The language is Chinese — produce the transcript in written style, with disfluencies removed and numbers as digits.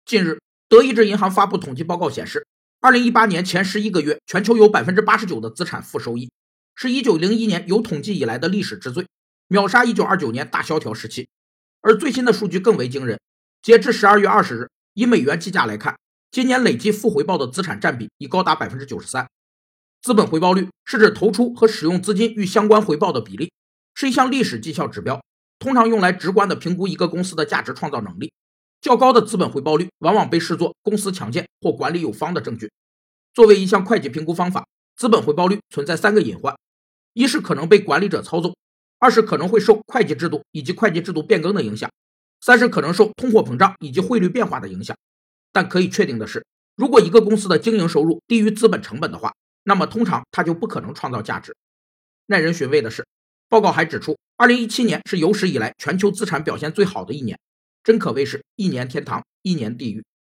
近日，德意志银行发布统计报告显示，2018年前11个月，全球有 89% 的资产负收益，是1901年有统计以来的历史之最，秒杀1929年大萧条时期。而最新的数据更为惊人，截至12月20日，以美元计价来看，今年累计负回报的资产占比已高达 93%。资本回报率是指投出和使用资金与相关回报的比例，是一项历史绩效指标，通常用来直观地评估一个公司的价值创造能力。较高的资本回报率往往被视作公司强健或管理有方的证据。作为一项会计评估方法，资本回报率存在3个隐患：一是可能被管理者操纵，二是可能会受会计制度以及会计制度变更的影响，三是可能受通货膨胀以及汇率变化的影响。但可以确定的是，如果一个公司的经营收入低于资本成本的话，那么通常它就不可能创造价值。耐人寻味的是，报告还指出，2017年是有史以来全球资产表现最好的一年，真可谓是一年天堂，一年地狱。